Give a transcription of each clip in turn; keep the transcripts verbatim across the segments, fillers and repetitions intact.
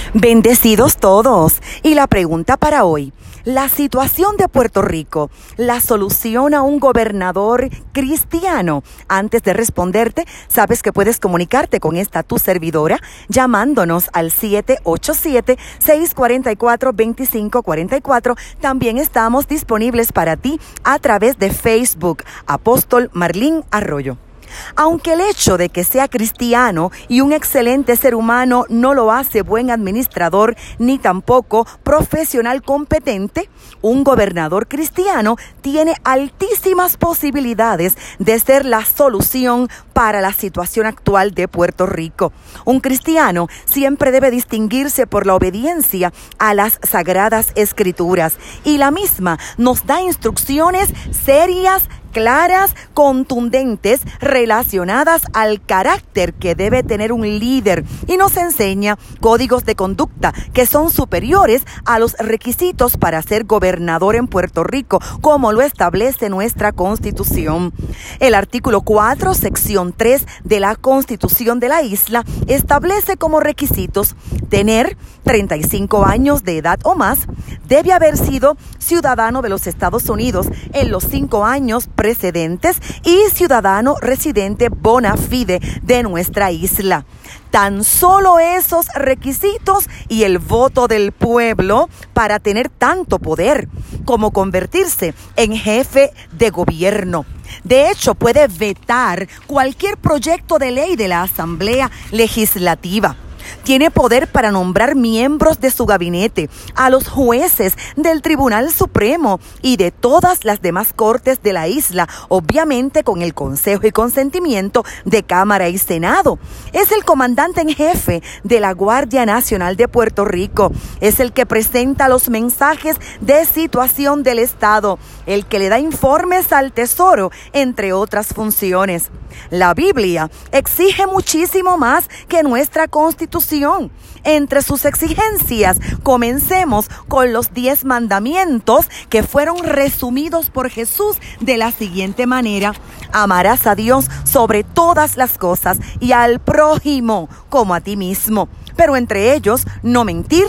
Bendecidos todos. Y la pregunta para hoy: la situación de Puerto Rico, ¿la soluciona un gobernador cristiano? Antes de responderte, sabes que puedes comunicarte con esta tu servidora llamándonos al siete ocho siete, seis cuatro cuatro, dos cinco cuatro cuatro. También estamos disponibles para ti a través de Facebook, Apóstol Marlín Arroyo. Aunque el hecho de que sea cristiano y un excelente ser humano no lo hace buen administrador ni tampoco profesional competente, un gobernador cristiano tiene altísimas posibilidades de ser la solución para la situación actual de Puerto Rico. Un cristiano siempre debe distinguirse por la obediencia a las Sagradas Escrituras, y la misma nos da instrucciones serias, claras, contundentes, relacionadas al carácter que debe tener un líder, y nos enseña códigos de conducta que son superiores a los requisitos para ser gobernador en Puerto Rico, como lo establece nuestra Constitución. El artículo cuatro, sección tres de la Constitución de la isla establece como requisitos tener treinta y cinco años de edad o más, debe haber sido ciudadano de los Estados Unidos en los cinco años precedentes y ciudadano residente bona fide de nuestra isla. Tan solo esos requisitos y el voto del pueblo para tener tanto poder como convertirse en jefe de gobierno. De hecho, puede vetar cualquier proyecto de ley de la Asamblea Legislativa. Tiene poder para nombrar miembros de su gabinete, a los jueces del Tribunal Supremo y de todas las demás cortes de la isla, obviamente con el consejo y consentimiento de Cámara y Senado. Es el comandante en jefe de la Guardia Nacional de Puerto Rico. Es el que presenta los mensajes de situación del Estado, el que le da informes al Tesoro, entre otras funciones. La Biblia exige muchísimo más que nuestra Constitución. Entre sus exigencias, comencemos con los diez mandamientos que fueron resumidos por Jesús de la siguiente manera: amarás a Dios sobre todas las cosas y al prójimo como a ti mismo. Pero entre ellos, no mentir,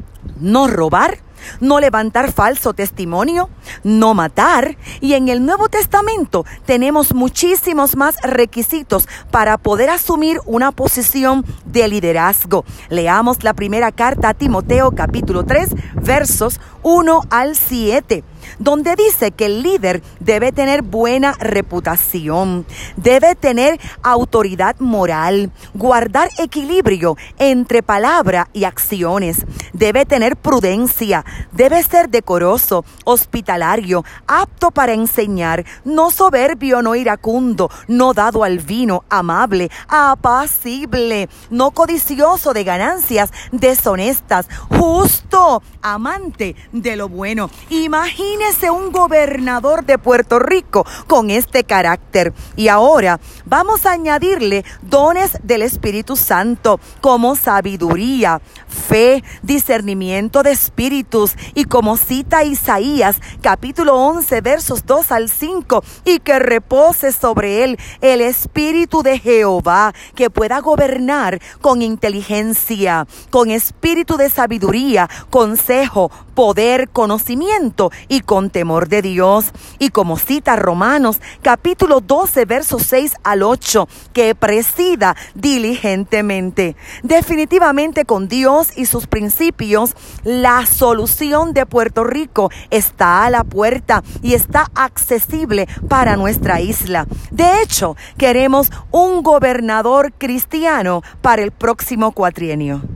no robar, no levantar falso testimonio, no matar. Y en el Nuevo Testamento tenemos muchísimos más requisitos para poder asumir una posición de liderazgo. Leamos la primera carta a Timoteo, capítulo tres, versos uno al siete. Donde dice que el líder debe tener buena reputación, debe tener autoridad moral, guardar equilibrio entre palabra y acciones, debe tener prudencia, debe ser decoroso, hospitalario, apto para enseñar, no soberbio, no iracundo, no dado al vino, amable, apacible, no codicioso de ganancias deshonestas, justo, amante de lo bueno. Imagínense Imagínese un gobernador de Puerto Rico con este carácter. Y ahora vamos a añadirle dones del Espíritu Santo como sabiduría, fe, discernimiento de espíritus, y como cita Isaías capítulo once versos dos al cinco, y que repose sobre él el Espíritu de Jehová, que pueda gobernar con inteligencia, con espíritu de sabiduría, consejo, poder, conocimiento y con temor de Dios. Y como cita Romanos capítulo doce versos seis al ocho, que presida diligentemente. Definitivamente con Dios y sus principios, la solución de Puerto Rico está a la puerta y está accesible para nuestra isla. De hecho, queremos un gobernador cristiano para el próximo cuatrienio.